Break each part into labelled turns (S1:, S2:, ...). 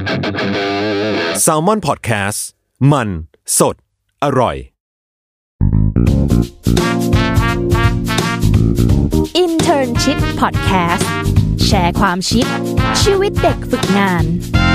S1: Salmon Podcast มันสดอร่อย
S2: Internship Podcast แชร์ความชิปชีวิตเด็กฝึกงาน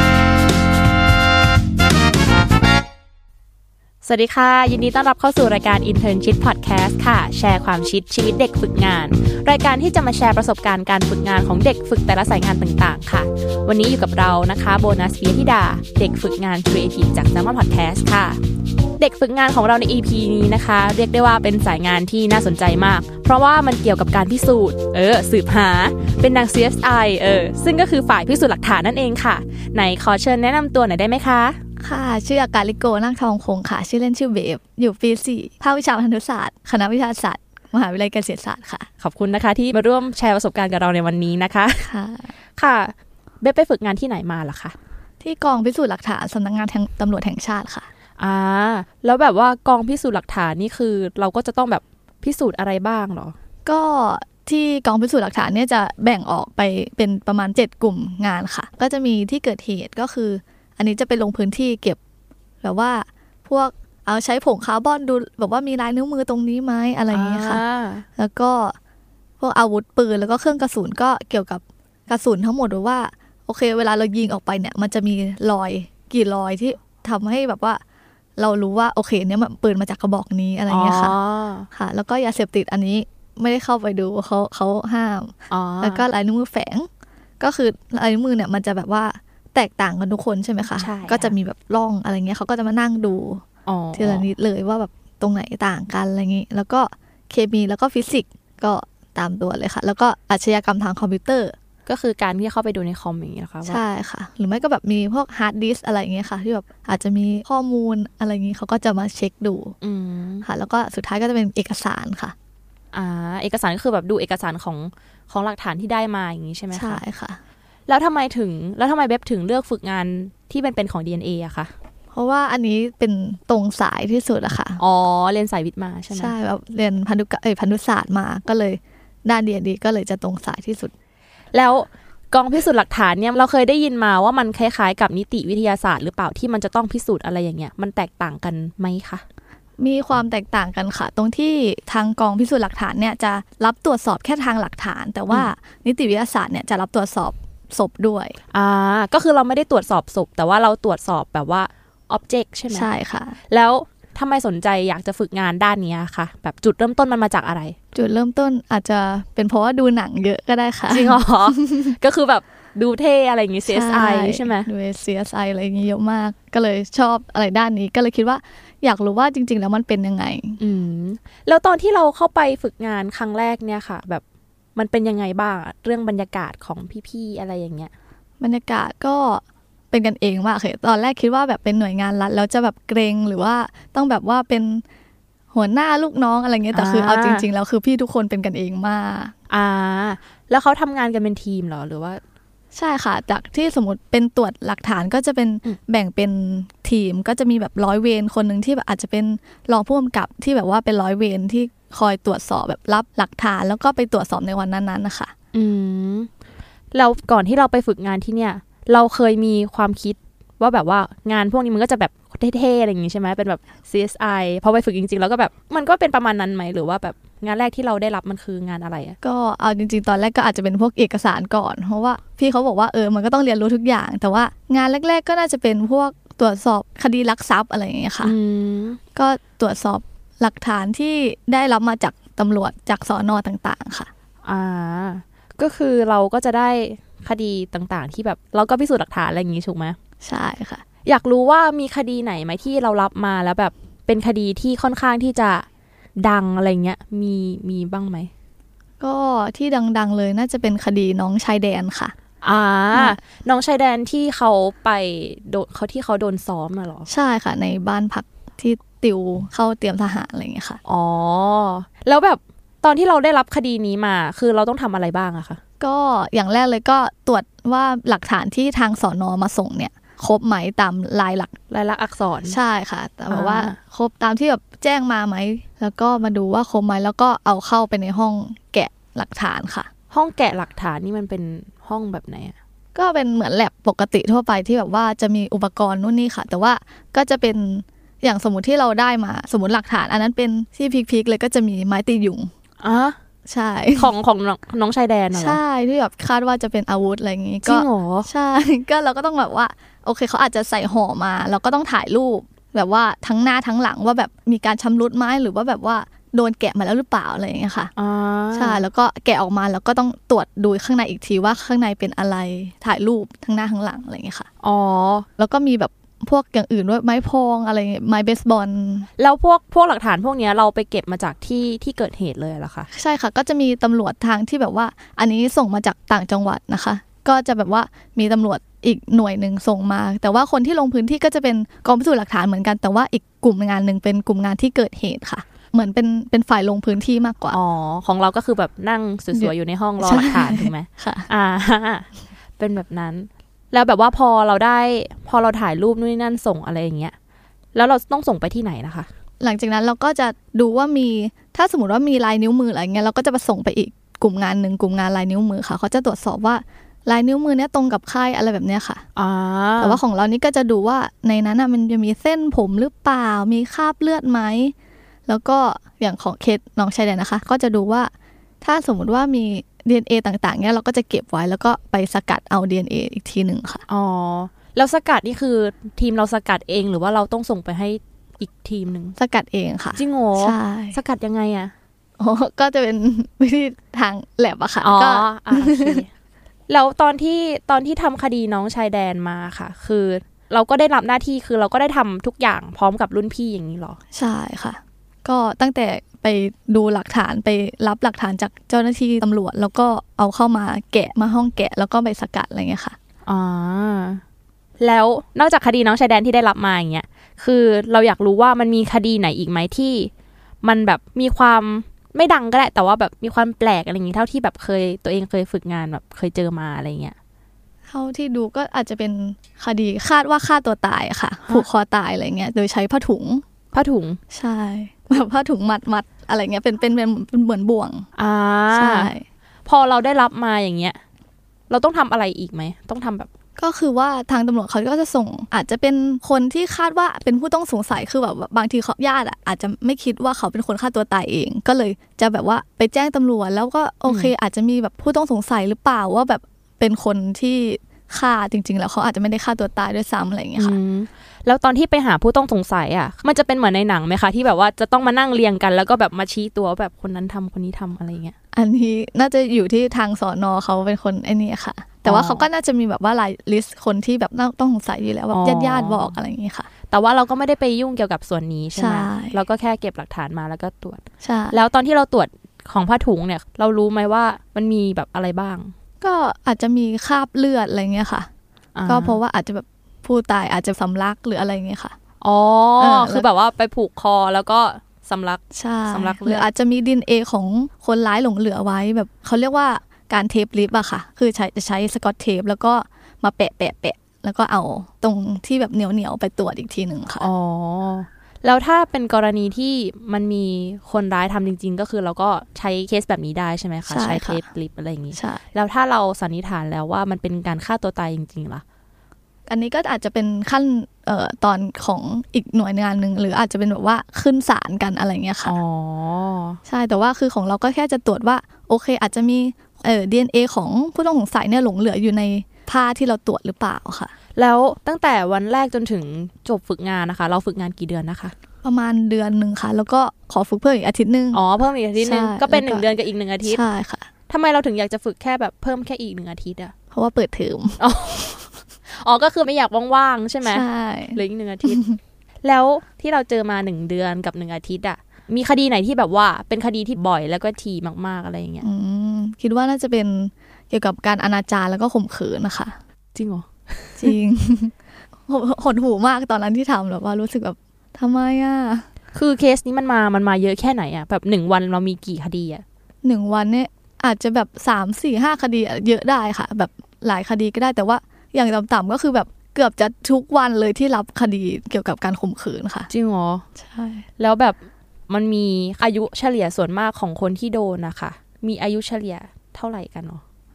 S2: สวัสดีค่ะยินดีต้อนรับเข้าสู่รายการ Internship Podcast ค่ะแชร์ความชิปชีวิตเด็กฝึกงานรายการที่จะมาแชร์ประสบการณ์การฝึกงานของเด็กฝึกแต่ละสายงานต่างๆค่ะวันนี้อยู่กับเรานะคะโบนัสปิยธิดาเด็กฝึกงาน Creative จาก Salmon Podcast ค่ะเด็กฝึกงานของเราใน EP นี้นะคะเรียกได้ว่าเป็นสายงานที่น่าสนใจมากเพราะว่ามันเกี่ยวกับการพิสูจน์สืบหาเป็นดัง CSI ซึ่งก็คือฝ่ายพิสูจน์หลักฐานนั่นเองค่ะไหนขอเชิญแนะนำตัวหน่อยได้ไหมคะ
S3: ค่ะชื่ออากาลิโกนาคทองคงค่ะชื่อเล่นชื่อเบฟอยู่ปี 4 ภาควิชาพันธุศาสตร์คณะวิทยาศาสตร์มหาวิทยาลัยเกษตรศาสตร์ค่ะ
S2: ขอบคุณนะคะที่มาร่วมแชร์ประสบการณ์กับเราในวันนี้นะคะค่ะเบฟไปฝึกงานที่ไหนมาล่ะคะ
S3: ที่กองพิสูจน์หลักฐานสำนักงานตำรวจแห่งชาติค่ะ
S2: แล้วแบบว่ากองพิสูจน์หลักฐานนี่คือเราก็จะต้องแบบพิสูจน์อะไรบ้างเหรอ
S3: ก็ที่กองพิสูจน์หลักฐานเนี่ยจะแบ่งออกไปเป็นประมาณ7กลุ่มงานค่ะก็จะมีที่เกิดเหตุก็คืออันนี้จะไปลงพื้นที่เก็บแบบว่าพวกเอาใช้ผงคาร์บอนดูแบบว่ามีลายนิ้วมือตรงนี้ไหมอะไรอย่างเงี้ยค่ะแล้วก็พวกอาวุธปืนแล้วก็เครื่องกระสุนก็เกี่ยวกับกระสุนทั้งหมดว่าโอเคเวลาเรายิงออกไปเนี่ยมันจะมีรอยกี่รอยที่ทำให้แบบว่าเรารู้ว่าโอเคเนี่ยมันปืนมาจากกระบอกนี้อะไรอย่างเงี้ยค่ะแล้วก็ยาเสพติดอันนี้ไม่ได้เข้าไปดูเขาห้ามแล้วก็ลายนิ้วมือแฝงก็คือลายนิ้วมือเนี่ยมันจะแบบว่าแตกต่างกันทุกคนใช่ไหมคะก็จะมีแบบร่องอะไรเงี้ยเขาก็จะมานั่งดูทีละนิดเลยว่าแบบตรงไหนต่างกันอะไรเงี้ยแล้วก็เคมีแล้วก็ฟิสิกส์ก็ตามตัวเลยค่ะแล้วก็อาชญากรรมทางคอมพิวเตอร์
S2: ก็คือการที่เข้าไปดูในคอมอย่างนี้นะคะ
S3: ใช่ค่ะหรือไม่ก็แบบมีพวกฮาร์ดดิสก์อะไรเงี้ยค่ะที่แบบอาจจะมีข้อมูลอะไรเงี้ยเขาก็จะมาเช็คดูค่ะแล้วก็สุดท้ายก็จะเป็นเอกสารค่ะ
S2: เอกสารก็คือแบบดูเอกสารของหลักฐานที่ได้มาอย่างนี้ใช่ไหมคะ
S3: ใช่ค่ะ
S2: แล้วทำไมเว็บถึงเลือกฝึกงานที่เป็นของ DNA อะคะ
S3: เพราะว่าอันนี้เป็นตรงสายที่สุดอะค่ะ
S2: เรียนสายวิทย์มาใช่ไหม
S3: ใช่แบบเรียนพันธุศาสตร์มาก็เลยด้าน DNA ก็เลยจะตรงสายที่สุด
S2: แล้วกองพิสูจน์หลักฐานเนี่ยเราเคยได้ยินมาว่ามันคล้ายๆกับนิติวิทยาศาสตร์หรือเปล่าที่มันจะต้องพิสูจน์อะไรอย่างเงี้ยมันแตกต่างกันไหมคะ
S3: มีความแตกต่างกันค่ะตรงที่ทางกองพิสูจน์หลักฐานเนี่ยจะรับตรวจสอบแค่ทางหลักฐานแต่ว่านิติวิทยาศาสตร์เนี่ยจะรับตรวจสอบศพด้วย
S2: ก็คือเราไม่ได้ตรวจสอบศพแต่ว่าเราตรวจสอบแบบว่าอ็อบเจกต์ใช่ไหม
S3: ใช่ค่ะ
S2: แล้วทำไมสนใจอยากจะฝึกงานด้านนี้คะแบบจุดเริ่มต้นมันมาจากอะไร
S3: จุดเริ่มต้นอาจจะเป็นเพราะว่าดูหนังเยอะก็ได้ค่ะ
S2: จริงเหรอ ก็คือแบบดูเท่อะไรอย่างงี้ CSI ใช่ไหม
S3: ดู CSI อะไรอย่างงี้เยอะมากก็เลยชอบอะไรด้านนี้ก็เลยคิดว่าอยากรู้ว่าจริงๆแล้วมันเป็นยังไง
S2: แล้วตอนที่เราเข้าไปฝึกงานครั้งแรกเนี่ยค่ะแบบมันเป็นยังไงบ้างเรื่องบรรยากาศของพี่ๆอะไรอย่างเงี้ย
S3: บรรยากาศก็เป็นกันเองมากเลยตอนแรกคิดว่าแบบเป็นหน่วยงานรัฐแล้วจะแบบเกรงหรือว่าต้องแบบว่าเป็นหัวหน้าลูกน้องอะไรเงี้ยแต่คือเอาจริงๆแล้วคือพี่ทุกคนเป็นกันเองมาก
S2: แล้วเขาทำงานกันเป็นทีมเหรอหรือว่า
S3: ใช่ค่ะจากที่สมมติเป็นตรวจหลักฐานก็จะเป็นแบ่งเป็นทีมก็จะมีแบบร้อยเวรคนนึงที่แบบอาจจะเป็นรองผู้กำกับที่แบบว่าเป็นร้อยเวรที่คอยตรวจสอบแบบรับหลักฐานแล้วก็ไปตรวจสอบในวันนั้นๆนะคะ
S2: แล้วก่อนที่เราไปฝึกงานที่เนี่ยเราเคยมีความคิดว่าแบบว่างานพวกนี้มันก็จะแบบเท่ๆอะไรอย่างงี้ใช่ไหมเป็นแบบ CSI พอไปฝึกจริงๆแล้วก็แบบมันก็เป็นประมาณนั้นไหมหรือว่าแบบงานแรกที่เราได้รับมันคืองานอะไร
S3: ก็เอาจริงๆตอนแรกก็อาจจะเป็นพวกเอกสารก่อนเพราะว่าพี่เขาบอกว่ามันก็ต้องเรียนรู้ทุกอย่างแต่ว่างานแรกๆก็น่าจะเป็นพวกตรวจสอบคดีลักทรัพย์อะไรอย่างเงี้ยค่ะก็ตรวจสอบหลักฐานที่ได้รับมาจากตำรวจจากสน.ต่างๆค่ะ
S2: ก็คือเราก็จะได้คดีต่างๆที่แบบเราก็พิสูจน์หลักฐานอะไรอย่างงี้ถูกไหม
S3: ใช่ค่ะ
S2: อยากรู้ว่ามีคดีไหนไหมที่เรารับมาแล้วแบบเป็นคดีที่ค่อนข้างที่จะดังอะไรเงี้ยมีบ้างไหม
S3: ก็ที่ดังๆเลยน่าจะเป็นคดีน้องชายแดนค่ะ
S2: น้องชายแดนที่เขาไปที่เขาโดนซ้อมน่ะหรอ
S3: ใช่ค่ะในบ้านพักที่ติวเข้าเตรียมทหารอะไรอย่างเงี้ยค่ะ
S2: แล้วแบบตอนที่เราได้รับคดีนี้มาคือเราต้องทำอะไรบ้างอะคะ
S3: ก็อย่างแรกเลยก็ตรวจว่าหลักฐานที่ทางสน.มาส่งเนี่ยครบไหมตามลายลักษณ์
S2: อักษร
S3: ใช่ค่ะแต่แบบว่าครบตามที่แบบแจ้งมาไหมแล้วก็มาดูว่าครบไหมแล้วก็เอาเข้าไปในห้องแกะหลักฐานค่ะ
S2: ห้องแกะหลักฐานนี่มันเป็นห้องแบบไหนอะ
S3: ก็เป็นเหมือนแลบปกติทั่วไปที่แบบว่าจะมีอุปกรณ์นู่นนี่ค่ะแต่ว่าก็จะเป็นอย่างสมมติที่เราได้มาสมมติหลักฐานอันนั้นเป็นที่พีคๆเลยก็จะมีไม้ตียุงใช่
S2: ของน้องชายแดนเหรอ
S3: ใช่ที่แบบคาดว่าจะเป็นอาวุธอะไรอย่างงี้ก็ใช่ก็เราก็ต้องแบบว่าโอเคเขาอาจจะใส่ห่อมาเราก็ต้องถ่ายรูปแบบว่าทั้งหน้าทั้งหลังว่าแบบมีการชำรุดไหมหรือว่าแบบว่าโดนแกะมาแล้วหรือเปล่าอะไรอย่างเงี้ยค่ะใช่แล้วก็แกะออกมาแล้วก็ต้องตรวจดูข้างในอีกทีว่าข้างในเป็นอะไรถ่ายรูปทั้งหน้าทั้งหลังอะไรอย่างเงี้ยค่ะแล้วก็มีแบบพวกอย่างอื่นด้วยไม้พองอะไรไม้เบสบอล
S2: แล้วพวกหลักฐานพวกนี้เราไปเก็บมาจากที่เกิดเหตุเลยเหรอคะ
S3: ใช่ค่ะก็จะมีตำรวจทางที่แบบว่าอันนี้ส่งมาจากต่างจังหวัดนะคะก็จะแบบว่ามีตำรวจอีกหน่วยนึงส่งมาแต่ว่าคนที่ลงพื้นที่ก็จะเป็นกองพิสูจน์หลักฐานเหมือนกันแต่ว่าอีกกลุ่มงานนึงเป็นกลุ่มงานที่เกิดเหตุค่ะเหมือนเป็นฝ่ายลงพื้นที่มากกว่า
S2: ของเราก็คือแบบนั่งสวยๆอยู่ในห้องรอหลักฐานถูกไหม
S3: ค่ะ
S2: เป็นแบบนั้นแล้วแบบว่าพอเราถ่ายรูปนู่นนั่นส่งอะไรอย่างเงี้ยแล้วเราต้องส่งไปที่ไหนนะคะ
S3: หลังจากนั้นเราก็จะดูว่ามีถ้าสมมติว่ามีลายนิ้วมืออะไรเงี้ยเราก็จะไปส่งไปอีกกลุ่มงานนึงกลุ่มงานลายนิ้วมือค่ะเขาจะตรวจสอบว่าลายนิ้วมือเนี้ยตรงกับใครอะไรแบบเนี้ยค่ะแต่ว่าของเรานี่ก็จะดูว่าในนั้นมันจะมีเส้นผมหรือเปล่ามีคราบเลือดไหมแล้วก็อย่างของเคสน้องชายแดนนะคะก็จะดูว่าถ้าสมมุติว่ามี DNA ต่างๆเนี้ยเราก็จะเก็บไว้แล้วก็ไปสกัดเอา DNA อีกทีนึงค่ะ
S2: แล้วสกัดนี่คือทีมเราสกัดเองหรือว่าเราต้องส่งไปให้อีกทีมนึง
S3: สกัดเองค่ะ
S2: จริงเหรอ
S3: ใช่
S2: สกัดยังไงอะ
S3: ก็จะเป็นวิธีทางแลบอะค่ะ
S2: ก็โอเคแล้วตอนที่ทำคดีน้องชายแดนมาค่ะคือเราก็ได้รับหน้าที่คือเราก็ได้ทำทุกอย่างพร้อมกับรุ่นพี่อย่างนี้หรอ
S3: ใช่ค่ะก็ตั้งแต่ไปดูหลักฐานไปรับหลักฐานจากเจ้าหน้าที่ตำรวจแล้วก็เอาเข้ามาแกะมาห้องแกะแล้วก็ไปสกัดอะไรเงี้ยค่ะ
S2: แล้วนอกจากคดีน้องชายแดนที่ได้รับมาอย่างเงี้ยคือเราอยากรู้ว่ามันมีคดีไหนอีกไหมที่มันแบบมีความไม่ดังก็ได้แต่ว่าแบบมีความแปลกอะไรอย่างงี้เท่าที่แบบตัวเองเคยฝึกงานแบบเคยเจอมาอะไรเงี้ย
S3: เท่าที่ดูก็อาจจะเป็นคดีคาดว่าฆ่าตัวตายค่ะผูกคอตายอะไรเงี้ยโดยใช้ผ้าถุงใช่แบบผ้าถุงมัดอะไรเงี้ยเป็นเหมือนบ่วงใช่
S2: พอเราได้รับมาอย่างเงี้ยเราต้องทำอะไรอีกไหมต้องทำแบบ
S3: ก็คือว่าทางตำรวจเขาก็จะส่งอาจจะเป็นคนที่คาดว่าเป็นผู้ต้องสงสัยคือแบบบางทีญาติอาจจะไม่คิดว่าเขาเป็นคนฆ่าตัวตายเองก็เลยจะแบบว่าไปแจ้งตำรวจแล้วก็โอเคอาจจะมีแบบผู้ต้องสงสัยหรือเปล่าว่าแบบเป็นคนที่ฆ่าจริงๆแล้วเขาอาจจะไม่ได้ฆ่าตัวตายด้วยซ้ำอะไรอย่างเงี้ยค่ะ
S2: แล้วตอนที่ไปหาผู้ต้องสงสัยอ่ะมันจะเป็นเหมือนในหนังไหมคะที่แบบว่าจะต้องมานั่งเรียงกันแล้วก็แบบมาชี้ตัวแบบคนนั้นทำคนนี้ทำอะไรเงี้ย
S3: อันนี้น่าจะอยู่ที่ทางสน.เขาเป็นคนไอ้นี่ค่ะแต่ว่าเขาก็น่าจะมีแบบว่าลิสต์คนที่แบบต้องสงสัยอยู่แล้วแบบญาติบอกอะไรอย่างงี้ค่ะ
S2: แต่ว่าเราก็ไม่ได้ไปยุ่งเกี่ยวกับส่วนนี้ใช่ไหมเราก็แค่เก็บหลักฐานมาแล้วก็ตรวจ
S3: ใช่
S2: แล้วตอนที่เราตรวจของผ้าถุงเนี่ยเรารู้ไหมว่ามันมีแบบอะไรบ้าง
S3: ก็อาจจะมีคราบเลือดอะไรเงี้ยค่ะก็เพราะว่าอาจจะแบบผู้ตายอาจจะสำลักหรืออะไรเงี้ยค่ะ
S2: คือแบบว่าไปผูกคอแล้วก็สำลัก
S3: หรืออาจจะมี DNA ของคนร้ายหลงเหลือไว้แบบเขาเรียกว่าการเทปลิปอะค่ะคือจะใช้สกอตเทปแล้วก็มาแปะแล้วก็เอาตรงที่แบบเหนียวไปตรวจอีกทีหนึ่งค่ะ
S2: แล้วถ้าเป็นกรณีที่มันมีคนร้ายทำจริงๆก็คือเราก็ใช้เคสแบบนี้ได้ใช่ไหมคะใช้เทปลิปอะไรอย่างงี้แล้วถ้าเราสันนิษฐานแล้วว่ามันเป็นการฆ่าตัวตายจริงๆล่ะ
S3: อันนี้ก็อาจจะเป็นขั้นตอนของอีกหน่วยงานนึงหรืออาจจะเป็นแบบว่าขึ้นศาลกันอะไรเงี้ยค่ะใช่แต่ว่าคือของเราก็แค่จะตรวจว่าโอเคอาจจะมีDNA ของผู้ต้องสงสัยเนี่ยหลงเหลืออยู่ในผ้าที่เราตรวจหรือเปล่าค่ะ
S2: แล้วตั้งแต่วันแรกจนถึงจบฝึกงานนะคะเราฝึกงานกี่เดือนนะคะ
S3: ประมาณเดือนนึงค่ะแล้วก็ขอฝึกเพิ่มอีกอาทิตย์นึง
S2: เพิ่มอีกอาทิตย์นึงก็เป็น1เดือนกับอีก1อาทิตย์
S3: ใช่ค่ะ
S2: ทำไมเราถึงอยากจะฝึกแค่แบบเพิ่มแค่อีก1อาทิตย์อะ
S3: เพราะว่าเปิดเทอม
S2: ก็คือไม่อยากว่างๆใช่ไหม
S3: ใช่
S2: หรืออีก1อาทิตย์แล้วที่เราเจอมา1เดือนกับ1อาทิตย์อะมีคดีไหนที่แบบว่าเป็นคดีที่บ่อยแล้วก็ถี่มากๆอะไรอย่างเงี้ย
S3: คิดว่าน่าจะเป็นเกี่ยวกับการอนาจารแล้วก็ข่มขืนนะคะ
S2: จริงเหรอ
S3: จริงหดหูมากตอนนั้นที่ทำแบบว่ารู้สึกแบบทำไมอ่ะ
S2: คือเคสนี้มันมาเยอะแค่ไหนอ่ะแบบ1วันเรามีกี่คดีอ่ะ
S3: 1วันเนี่ยอาจจะแบบ3 4 5คดีเยอะได้ค่ะแบบหลายคดีก็ได้แต่ว่าอย่างต่ำๆก็คือแบบเกือบจะทุกวันเลยที่รับคดีเกี่ยวกับการข่มขืนค่ะ
S2: จริงเหรอ
S3: ใช่
S2: แล้วแบบมันมีอายุเฉลี่ยส่วนมากของคนที่โดนนะคะมีอายุเฉลี่ยเท่าไหร่กันเนาะ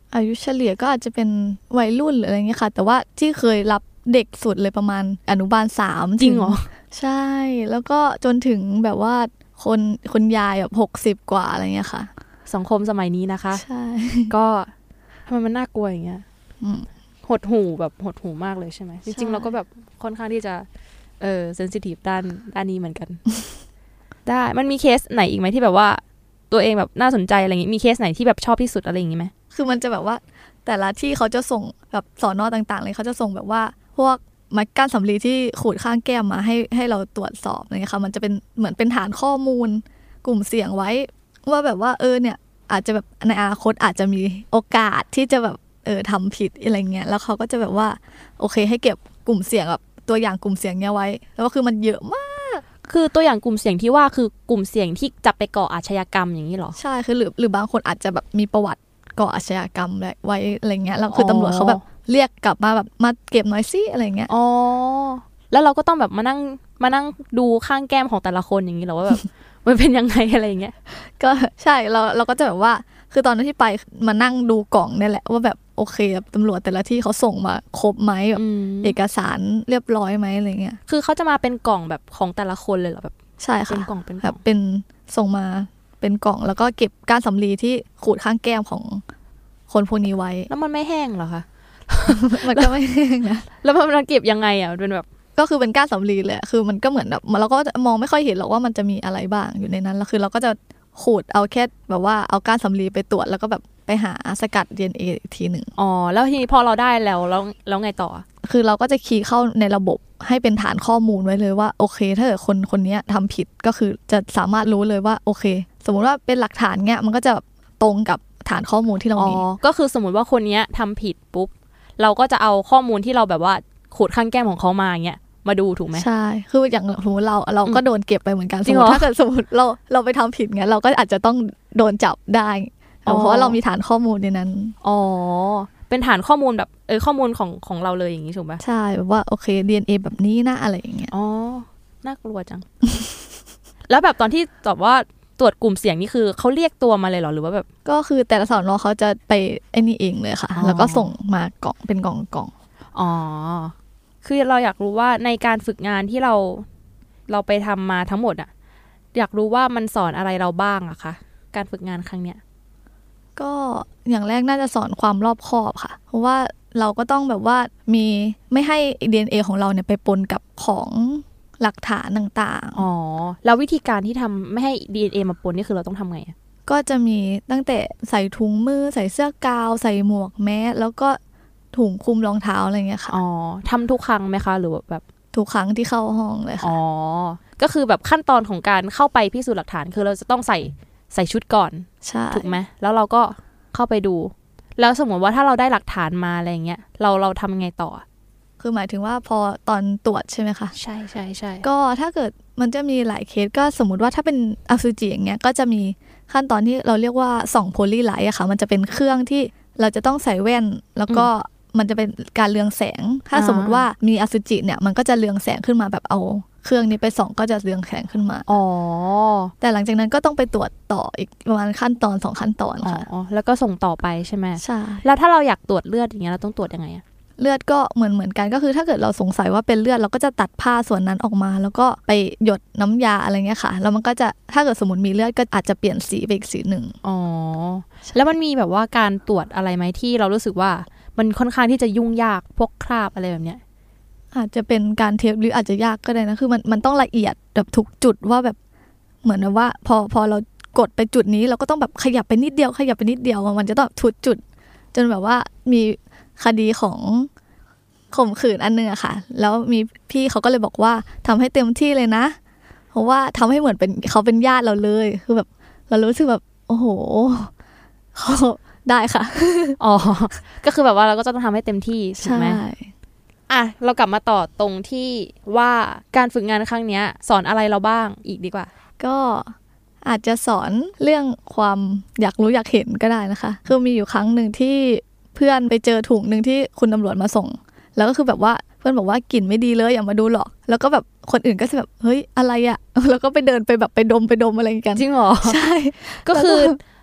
S3: อายุเฉลี่ยก็อาจจะเป็นวัยรุ่นหรืออะไรเงี้ยค่ะแต่ว่าที่เคยรับเด็กสุดเลยประมาณอนุบาล3
S2: จริงเหรอ
S3: ใช่แล้วก็จนถึงแบบว่าคนยายแบบ60กว่าอะไรเงี้ยค่ะ
S2: สังคมสมัยนี้นะคะ
S3: ใช่
S2: ก็ทำไมมันน่ากลัวอย่างเงี้ยหดหูแบบหดหูมากเลยใช่ไหมจริงๆเราก็แบบค่อนข้างที่จะเซนซิทีฟด้านนี้เหมือนกัน ได้มันมีเคสไหนอีกไหมที่แบบว่าตัวเองแบบน่าสนใจอะไรอย่างงี้มีเคสไหนที่แบบชอบที่สุดอะไรอย่างงี้ไหม
S3: คือมันจะแบบว่าแต่ละที่เขาจะส่งแบบสน.ต่างๆเลยเขาจะส่งแบบว่าพวกไม้กั้นสำลีที่ขูดข้างแก้มมาให้เราตรวจสอบอะไรเงี้ยค่ะมันจะเป็นเหมือนเป็นฐานข้อมูลกลุ่มเสี่ยงไว้ว่าแบบว่าเนี่ยอาจจะแบบในอนาคตอาจจะมีโอกาสที่จะแบบทำผิดอะไรเงี้ยแล้วเขาก็จะแบบว่าโอเคให้เก็บกลุ่มเสี่ยงแบบตัวอย่างกลุ่มเสี่ยงเนี้ยไว้แล้วก็คือมันเยอะมาก
S2: คือตัวอย่างกลุ่มเสี่ยงที่ว่าคือกลุ่มเสี่ยงที่จะไปก่ออาชญากรรมอย่างนี้หรอ
S3: ใช่คือหรือบางคนอาจจะแบบมีประวัติก่ออาชญากรรมไว้อะไรเงี้ยแล้วคือตำรวจเขาแบบเรียกกลับมาแบบมาเก็บหน่อยสิอะไรเงี้ย
S2: อ๋อแล้วเราก็ต้องแบบมานั่งดูข้างแก้มของแต่ละคนอย่างนี้หรอว่าแบบมันเป็นยังไงอะไรเงี้ย
S3: ก็ใช่เราก็จะแบบว่าคือตอนที่ไปมานั่งดูกล่องนี่แหละว่าแบบโอเคตำรวจแต่ละที่เขาส่งมาครบไหมแบบเอกสารเรียบร้อยไหมอะไรเงี้ย
S2: คือเขาจะมาเป็นกล่องแบบของแต่ละคนเลยเหรอแบบ
S3: ใช่ค่ะ
S2: เป็นกล่อง
S3: แบบเป็นส่งมาเป็นกล่องแล้วก็เก็บก้านสำลีที่ขูดข้างแก้มของคนพวกนี้ไว้
S2: แล้วมันไม่แห้งเหรอคะ
S3: มันก็ไม่แห้งนะ
S2: แล้วมันเก็บยังไงอ่ะเป็นแบบ
S3: ก็คือเป็นก้านสำลีเลยคือมันก็เหมือนแบบเราก็มองไม่ค่อยเห็นหรอกว่ามันจะมีอะไรบ้างอยู่ในนั้นแล้วคือเราก็จะขูดเอาแค่แบบว่าเอาก้านสำลีไปตรวจแล้วก็แบบไปหาสกัด DNA อีกทีหนึ่ง
S2: อ๋อแล้วทีนี้พอเราได้แล้วไงต่อ
S3: คือเราก็จะคีย์เข้าในระบบให้เป็นฐานข้อมูลไว้เลยว่าโอเคถ้าเกิดคนนี้ทำผิดก็คือจะสามารถรู้เลยว่าโอเคสมมุติว่าเป็นหลักฐานเงี้ยมันก็จะตรงกับฐานข้อมูลที่เรามี
S2: ก็คือสมมติว่าคนนี้ทำผิดปุ๊บเราก็จะเอาข้อมูลที่เราแบบว่าขูดข้างแก้มของเขามาเงี้ยมาดูถูกไหม
S3: ใช่คืออย่างสมมติเราก็โดนเก็บไปเหมือนกันสมมติถ้าเกิดสมมติเราไปทำผิดเงี้ยเราก็อาจจะต้องโดนจับได้เพราะว่าเรามีฐานข้อมูลในนั้น
S2: อ๋อเป็นฐานข้อมูลแบบข้อมูลของเราเลยอย่างนี้ถูกไหม
S3: ใช่แบบว่าโอเค DNA แบบนี้นะอะไรอย่างเงี้ย
S2: อ๋อน่ากลัวจัง แล้วแบบตอนที่ตอบว่าตรวจกลุ่มเสี่ยงนี่คือเขาเรียกตัวมาเลยเหรอหรือว่าแบบ
S3: ก็คือแต่ละสน.เขาจะไปไอ้นี่เองเลยค่ะแล้วก็ส่งมากล่องเป็นกล่อง
S2: อ๋อคือเราอยากรู้ว่าในการฝึกงานที่เราไปทำมาทั้งหมดอะอยากรู้ว่ามันสอนอะไรเราบ้างอะคะการฝึกงานครั้งเนี้ย
S3: ก็อย่างแรกน่าจะสอนความรอบคอบค่ะเพราะว่าเราก็ต้องแบบว่ามีไม่ให้ DNA ของเราเนี่ยไปปนกับของหลักฐานต่าง
S2: ๆอ๋อแล้ววิธีการที่ทำไม่ให้ DNA มาปนนี่คือเราต้องทำไง
S3: ก็จะมีตั้งแต่ใส่ถุงมือใส่เสื้อกาวใส่หมวกแมสแล้วก็ถุงคลุมรองเท้าอะไรเงี้ยค่ะ
S2: อ๋อทำทุกครั้งไหมคะหรือแบบ
S3: ทุกครั้งที่เข้าห้องเลยค่ะ
S2: อ๋อก็คือแบบขั้นตอนของการเข้าไปพิสูจน์หลักฐานคือเราจะต้องใส่ชุดก่อน
S3: ใช่
S2: ถูกไหมแล้วเราก็เข้าไปดูแล้วสมมติว่าถ้าเราได้หลักฐานมาอะไรเงี้ยเราทำไงต่อ
S3: คือหมายถึงว่าพอตอนตรวจใช่ไหมคะ
S2: ใช่ใช่ใช่
S3: ก็ถ้าเกิดมันจะมีหลายเคสก็สมมติว่าถ้าเป็นอสุจิอย่างเงี้ยก็จะมีขั้นตอนที่เราเรียกว่าส่องโพลีไลท์อะค่ะมันจะเป็นเครื่องที่เราจะต้องใส่แว่นแล้วก็มันจะเป็นการเรืองแสงถ้าสมมติว่ามีอสุจิเนี่ยมันก็จะเรืองแสงขึ้นมาแบบเอาเครื่องนี้ไปส่องก็จะเรืองแสงขึ้นมา
S2: อ๋อ
S3: แต่หลังจากนั้นก็ต้องไปตรวจต่ออีกประมาณขั้นตอน2ขั้นตอนค่ะ
S2: อ๋อแล้วก็ส่งต่อไปใช่ไหม
S3: ใช่
S2: แล้วถ้าเราอยากตรวจเลือดอย่างเงี้ยเราต้องตรวจยังไงอะ
S3: เลือดก็เหมือนกันก็คือถ้าเกิดเราสงสัยว่าเป็นเลือดเราก็จะตัดผ้าส่วนนั้นออกมาแล้วก็ไปหยดน้ำยาอะไรเงี้ยค่ะแล้วมันก็จะถ้าเกิดสมมติมีเลือดก็อาจจะเปลี่ยนสีไปอีกสีหนึ่ง
S2: อ๋อแล้วมันมีแบบว่าการตรวจอะไรไหมที่เรารู้สึกว่ามันค่อนข้างที่จะยุ่งยากพวกคราบอะไรแบบเนี้ย
S3: อาจจะเป็นการเทปหรืออาจจะยากก็ได้นะคือมันต้องละเอียดแบบทุกจุดว่าแบบเหมือนว่าพอเรากดไปจุดนี้เราก็ต้องแบบขยับไปนิดเดียวมันจะต้องทุกจุดจนแบบว่ามีคดีของข่มขืนอันนึงอะค่ะแล้วมีพี่เขาก็เลยบอกว่าทำให้เต็มที่เลยนะเพราะว่าทำให้เหมือนเป็นเขาเป็นญาติเราเลยคือแบบเรารู้สึกแบบโอ้โหเขาได้ค่ะ
S2: อ๋อก็คือแบบว่าเราก็จะต้องทำให้เต็มที่ถูกไหมอ่ะเรากลับมาต่อตรงที่ว่าการฝึกงานครั้งนี้สอนอะไรเราบ้างอีกดีกว่า
S3: ก็อาจจะสอนเรื่องความอยากรู้อยากเห็นก็ได้นะคะคือมีอยู่ครั้งหนึ่งที่เพื่อนไปเจอถุงนึงที่คุณตำรวจมาส่งแล้วก็คือแบบว่าเพื่อนบอกว่ากลิ่นไม่ดีเลยอย่ามาดูหรอกแล้วก็แบบคนอื่นก็จะแบบเฮ้ยอะไรอะแล้วก็ไปเดินไปแบบไปดมอะไรกัน
S2: จริงเหรอ
S3: ใช่
S2: ก็คือ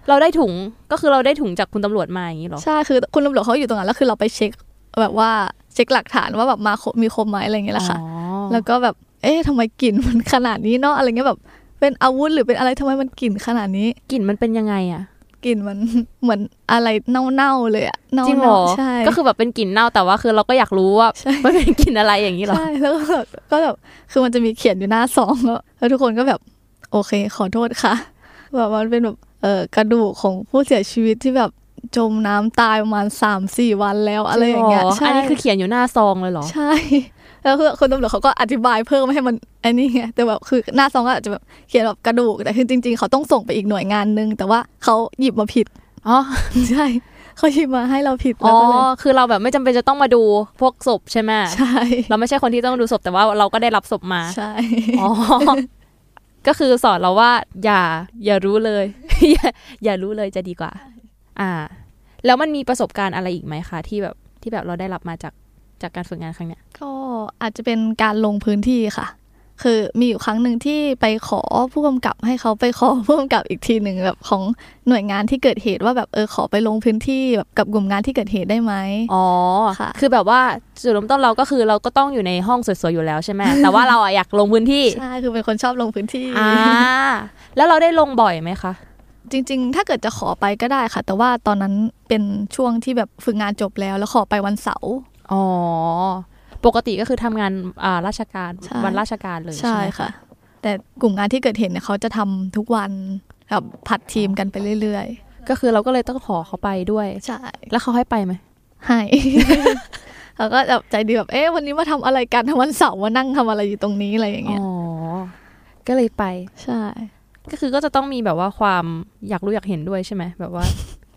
S2: เราได้ถุงก็คือเราได้ถุงจากคุณตำรวจมาอย่างนี้หรอ
S3: ใช่คือคุณตำรวจเขาอยู่ตรงนั้นแล้วคือเราไปเช็คแบบว่าเช็คหลักฐานว่าแบบมามีครบไหมอะไรอย่างเงี้ยแหละค่ะแล้วก็แบบทำไมกลิ่นมันขนาดนี้เนาะอะไรเงี้ยแบบเป็นอาวุธหรือเป็นอะไรทำไมมันกลิ่นขนาดนี้
S2: กลิ่นมันเป็นยังไงอะ
S3: กลิ่นมันเหมือนอะไรเน่าๆเลยอะ
S2: จริงเหรอใช่ก็คือแบบเป็นกลิ่นเน่าแต่ว่าคือเราก็อยากรู้ว่ามันเป็นกลิ่นอะไรอย่างนี้หรอ
S3: ใช่แล้วก็แบบคือมันจะมีเขียนอยู่หน้าซองแล้วทุกคนก็แบบโอเคขอโทษค่ะแบบมันเป็นแบบกระดูกของผู้เสียชีวิตที่แบบจมน้ำตายประมาณ 3-4 วันแล้วอะไรอย่างเงี้ย
S2: อันนี้คือเขียนอยู่หน้าซองเลยเหรอ
S3: ใช่แล้วคือคนตำรวจเขาก็อธิบายเพิ่มให้มันอันนี้ไงแต่แบบคือหน้าซองก็อาจจะแบบเขียนแบบกระดูกแต่คือจริงๆเขาต้องส่งไปอีกหน่วยงานนึงแต่ว่าเขาหยิบมาผิดใช่เขาหยิบมาให้เราผิดแล้วก็เลย
S2: คือเราแบบไม่จำเป็นจะต้องมาดูพวกศพใช่ไหม
S3: ใช่
S2: เราไม่ใช่คนที่ต้องดูศพแต่ว่าเราก็ได้รับศพมา
S3: ใช่
S2: ก็คือสอนเราว่าอย่ารู้เลย อย่ารู้เลยจะดีกว่าแล้วมันมีประสบการณ์อะไรอีกไหมคะที่แบบเราได้รับมาจากการฝึกงานครั้งเนี้ย
S3: ก็อาจจะเป็นการลงพื้นที่ค่ะคือมีอยู่ครั้งหนึ่งที่ไปขอผู้กำกับให้เขาไปขอผู้กำกับอีกทีหนึ่งแบบของหน่วยงานที่เกิดเหตุว่าแบบขอไปลงพื้นที่แบบกับกลุ่มงานที่เกิดเหตุได้ไหม
S2: ค่ะคือแบบว่าจุดเริ่มต้นเราก็คือเราก็ต้องอยู่ในห้องสวยๆอยู่แล้วใช่ไหม แต่ว่าเราอยากลงพื้นที่
S3: ใช่คือเป็นคนชอบลงพื้นที่
S2: แล้วเราได้ลงบ่อยไหมคะ
S3: จริงๆถ้าเกิดจะขอไปก็ได้ค่ะแต่ว่าตอนนั้นเป็นช่วงที่แบบฝึกงานจบแล้วขอไปวันเสาร์
S2: ปกติก็คือทำงานราชการวันราชการเลยใช่ไหม
S3: ค่ะแต่กลุ่มงานที่เกิดเหตุเนี่ยเขาจะทำทุกวันแบบผัดทีมกันไปเรื่อย
S2: ๆก็คือเราก็เลยต้องขอเขาไปด้วย
S3: ใช่
S2: แล้วเขาให้ไปไหม
S3: ให้ เขาก็แบบใจดีแบบวันนี้มาทำอะไรกันวันเสาร์มานั่งทำอะไรอยู่ตรงนี้อะไรอย่างเงี้ย
S2: ก็เลยไป
S3: ใช่
S2: ก็คือก็จะต้องมีแบบว่าความอยากรู้อยากเห็นด้วยใช่ไหมแบบว่า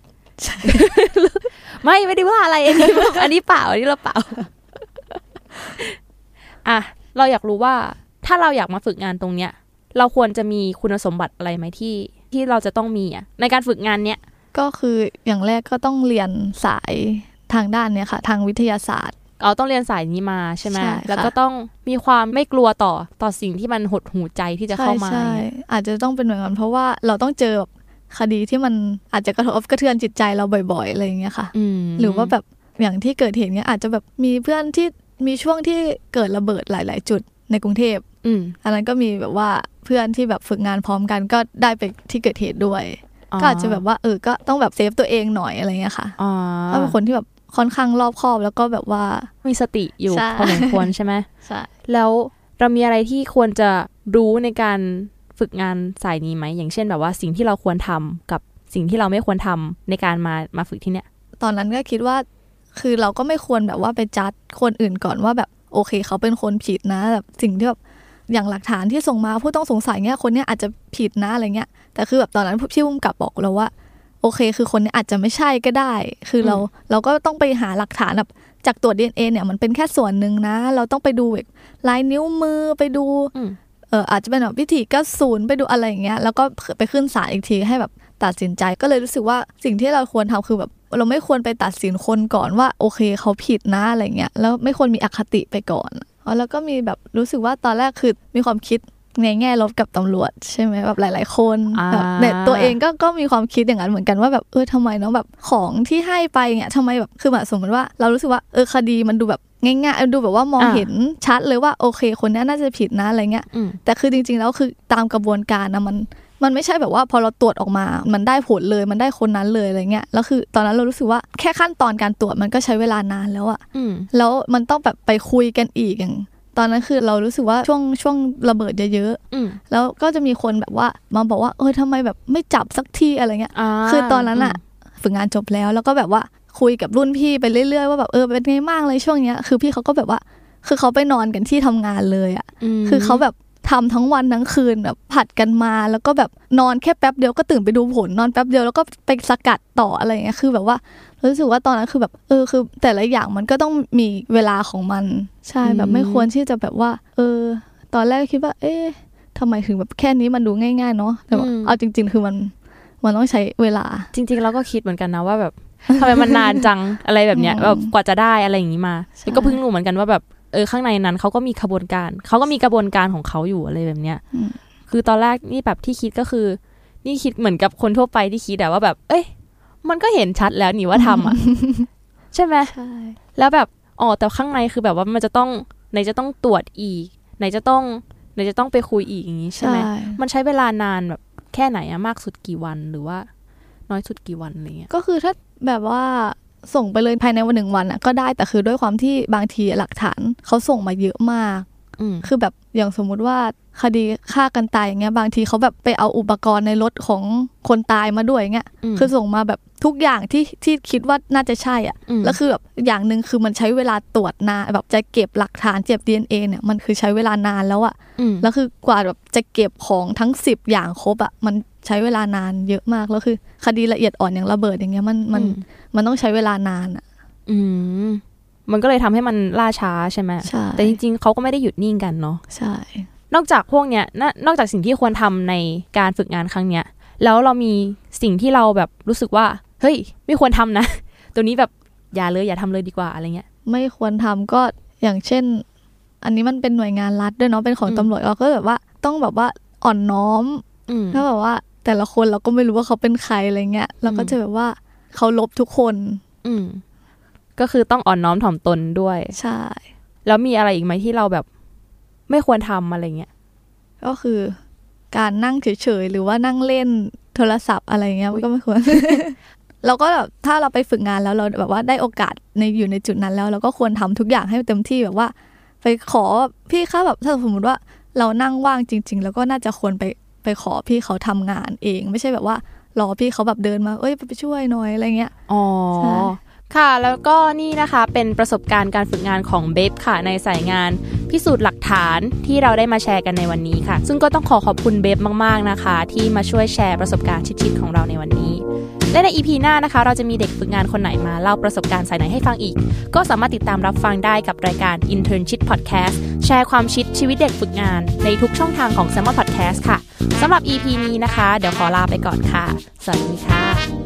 S2: ไม่ได้ว่าอะไรอันนี้เปล่าอันนี้เราเปล่าเราอยากรู้ว่าถ้าเราอยากมาฝึกงานตรงเนี้ยเราควรจะมีคุณสมบัติอะไรไหมที่เราจะต้องมีในการฝึกงานเนี้ย
S3: ก็คืออย่างแรกก็ต้องเรียนสายทางด้านเนี้ยค่ะทางวิทยาศาสตร์
S2: ต้องเรียนสายนี้มาใช่ไหมแล้วก็ต้องมีความไม่กลัวต่อสิ่งที่มันหดหูใจที่จะเข้ามา
S3: ใช่อาจจะต้องเป็นเหมือนกันเพราะว่าเราต้องเจอแบบคดีที่มันอาจจะกระทบกระเทือนจิตใจเราบ่อยๆอะไรอย่างเงี้ยค่ะหรือว่าแบบอย่างที่เกิดเหตุเนี้ยอาจจะแบบมีเพื่อนที่มีช่วงที่เกิดระเบิดหลายๆจุดในกรุงเทพอันนั้นก็มีแบบว่าเพื่อนที่แบบฝึกงานพร้อมกันก็ได้ไปที่เกิดเหตุด้วยก็อาจจะแบบว่าก็ต้องแบบเซฟตัวเองหน่อยอะไรเงี้ยค่ะก็เป็นคนที่แบบค่อนข้างรอบคอบแล้วก็แบบว่า
S2: มีสติอยู่พอสมควรใช่ไหม
S3: ใช่
S2: แล้วเรามีอะไรที่ควรจะรู้ในการฝึกงานสายนี้ไหมอย่างเช่นแบบว่าสิ่งที่เราควรทำกับสิ่งที่เราไม่ควรทำในการมาฝึกที่เนี้ย
S3: ตอนนั้นก็คิดว่าคือเราก็ไม่ควรแบบว่าไปจัดคนอื่นก่อนว่าแบบโอเคเขาเป็นคนผิดนะแบบสิ่งที่แบบอย่างหลักฐานที่ส่งมาผู้ต้องสงสัยเงี้ยคนเนี้ยอาจจะผิดนะอะไรเงี้ยแต่คือแบบตอนนั้นพี่ผู้กำกับบอกเราว่าโอเคคือคนนี้อาจจะไม่ใช่ก็ได้คือเราก็ต้องไปหาหลักฐานแบบจากตรวจ DNA เนี่ยมันเป็นแค่ส่วนหนึ่งนะเราต้องไปดูแบบลายนิ้วมือไปดูอาจจะเป็นแบบวิถีกระสุนไปดูอะไรอย่างเงี้ยแล้วก็ไปขึ้นศาลอีกทีให้แบบตัดสินใจก็เลยรู้สึกว่าสิ่งที่เราควรทำคือแบบเราไม่ควรไปตัดสินคนก่อนว่าโอเคเขาผิดนะอะไรเงี้ยแล้วไม่ควรมีอคติไปก่อนแล้วก็มีแบบรู้สึกว่าตอนแรกคือมีความคิดในแง่ลบกับตำรวจใช่ไหมแบบหลายๆคนแบบเนี่ยตัวเองก็มีความคิดอย่างนั้นเหมือนกันว่าแบบทำไมเนาะแบบของที่ให้ไปเนี่ยทำไมแบบคือแบบสมมติว่าเรารู้สึกว่าคดีมันดูแบบง่ายๆดูแบบว่ามองเห็นชัดเลยว่าโอเคคนนี้น่าจะผิดนะอะไรเงี้ยแต่คือจริงๆแล้วคือตามกระบวนการนะมันไม่ใช่แบบว่าพอเราตรวจออกมามันได้ผลเลยมันได้คนนั้นเลยอะไรเงี้ยแล้วคือตอนนั้นเรารู้สึกว่าแค่ขั้นตอนการตรวจมันก็ใช้เวลานานแล้วอะแล้วมันต้องแบบไปคุยกันอีกอย่างตอนนั้นคือเรารู้สึกว่าช่วงระเบิดเยอะๆแล้วก็จะมีคนแบบว่ามาบอกว่าทำไมแบบไม่จับสักทีอะไรเงี้ยคือตอนนั้นอะฝึกงานจบแล้วก็แบบว่าคุยกับรุ่นพี่ไปเรื่อยๆว่าแบบเป็นไงบ้างเลยช่วงเนี้ยคือพี่เขาก็แบบว่าคือเขาไปนอนกันที่ทำงานเลยอะคือเขาแบบทำทั้งวันทั้งคืนแบบผัดกันมาแล้วก็แบบนอนแค่แป๊บเดียวก็ตื่นไปดูผลนอนแป๊บเดียวแล้วก็ไปสกัดต่ออะไรอย่างเงี้ยคือแบบว่ารู้สึกว่าตอนนั้นคือแบบคือแต่ละอย่างมันก็ต้องมีเวลาของมันใช่แบบไม่ควรที่จะแบบว่าตอนแรกคิดว่าทำไมถึงแบบแค่นี้มันดูง่ายๆเนาะแต่ว่าเอาจริงๆคือมันต้องใช้เวลา
S2: จริงๆเราก็คิดเหมือนกันนะว่าแบบทำไมมันนานจังอะไรแบบเนี้ยแบบกว่าจะได้อะไรอย่างงี้มาก็เพิ่งรู้เหมือนกันว่าแบบข้างในนั้นเขาก็มีกระบวนการของเขาอยู่อะไรแบบเนี้ยคือตอนแรกนี่แบบที่คิดก็คือนี่คิดเหมือนกับคนทั่วไปที่คิดว่าแบบเอ้ยมันก็เห็นชัดแล้วนี่ว่าทำอ่ะ ใช่ไหมใช่แล้วแบบแต่ข้างในคือแบบว่ามันจะต้องไหนจะต้องตรวจอีกไหนจะต้องไปคุยอีกอย่างนี้ใช่ไหมมันใช้เวลานานแบบแค่ไหนอะมากสุดกี่วันหรือว่าน้อยสุดกี่วันอะไรเงี้ย
S3: ก็คือถ้าแบบว่าส่งไปเลยภายในวัน1 วันอะก็ได้แต่คือด้วยความที่บางทีหลักฐานเขาส่งมาเยอะมากคือแบบอย่างสมมุติว่าคดีฆ่ากันตายอย่างเงี้ยบางทีเขาแบบไปเอาอุปกรณ์ในรถของคนตายมาด้วยอย่างเงี้ยคือส่งมาแบบทุกอย่างที่คิดว่าน่าจะใช่อ่ะแล้วคือแบบอย่างนึงคือมันใช้เวลาตรวจนานแบบจะเก็บหลักฐานเก็บ DNA เนี่ยมันคือใช้เวลานานแล้วอ่ะแล้วคือกว่าแบบจะเก็บของทั้ง10อย่างครบอ่ะมันใช้เวลานานเยอะมากแล้วคือคดีละเอียดอ่อนอย่างระเบิดอย่างเงี้ยมันต้องใช้เวลานานอ่ะ
S2: มันก็เลยทำให้มันล่าช้าใช่ไหมใช่แต่จริงๆเขาก็ไม่ได้หยุดนิ่งกันเนาะ
S3: ใช่
S2: นอกจากพวกเนี้ยนอกจากสิ่งที่ควรทำในการฝึกงานครั้งเนี้ยแล้วเรามีสิ่งที่เราแบบรู้สึกว่าเฮ้ยไม่ควรทำนะตัวนี้แบบอย่าทำเลยดีกว่าอะไรเงี้ย
S3: ไม่ควรทำก็อย่างเช่นอันนี้มันเป็นหน่วยงานรัฐด้วยเนาะเป็นของตำรวจก็แบบว่าต้องแบบว่าอ่อนน้อมถ้าแบบว่าแต่ละคนเราก็ไม่รู้ว่าเขาเป็นใครอะไรเงี้ยเราก็จะแบบว่าเขาลบทุกคน
S2: ก็คือต้องอ่อนน้อมถ่อมตนด้วย
S3: ใช่
S2: แล้วมีอะไรอีกไหมที่เราแบบไม่ควรทำอะไรเงี้ย
S3: ก็คือการนั่งเฉยๆหรือว่านั่งเล่นโทรศัพท์อะไรเงี้ยมันก็ไม่ควร เราก็แบบถ้าเราไปฝึกงานแล้วเราแบบว่าได้โอกาสอยู่ในจุดนั้นแล้วเราก็ควรทำทุกอย่างให้เต็มที่แบบว่าไปขอพี่คะแบบถ้าสมมติว่าเรานั่งว่างจริงๆแล้วก็น่าจะควรไปขอพี่เขาทำงานเองไม่ใช่แบบว่ารอพี่เขาแบบเดินมาไปช่วยหน่อยอะไรเงี้ย
S2: ค่ะแล้วก็นี่นะคะเป็นประสบการณ์การฝึกงานของเบฟค่ะในสายงานพิสูจน์หลักฐานที่เราได้มาแชร์กันในวันนี้ค่ะซึ่งก็ต้องขอบคุณเบฟมากๆนะคะที่มาช่วยแชร์ประสบการณ์ชิดๆของเราในวันนี้และใน EP หน้านะคะเราจะมีเด็กฝึกงานคนไหนมาเล่าประสบการณ์สายไหนให้ฟังอีกก็สามารถติดตามรับฟังได้กับรายการ Internship Podcast แชร์ความชิดชีวิตเด็กฝึกงานในทุกช่องทางของ Salmon Podcast ค่ะสำหรับ EP นี้นะคะเดี๋ยวขอลาไปก่อนค่ะสวัสดีค่ะ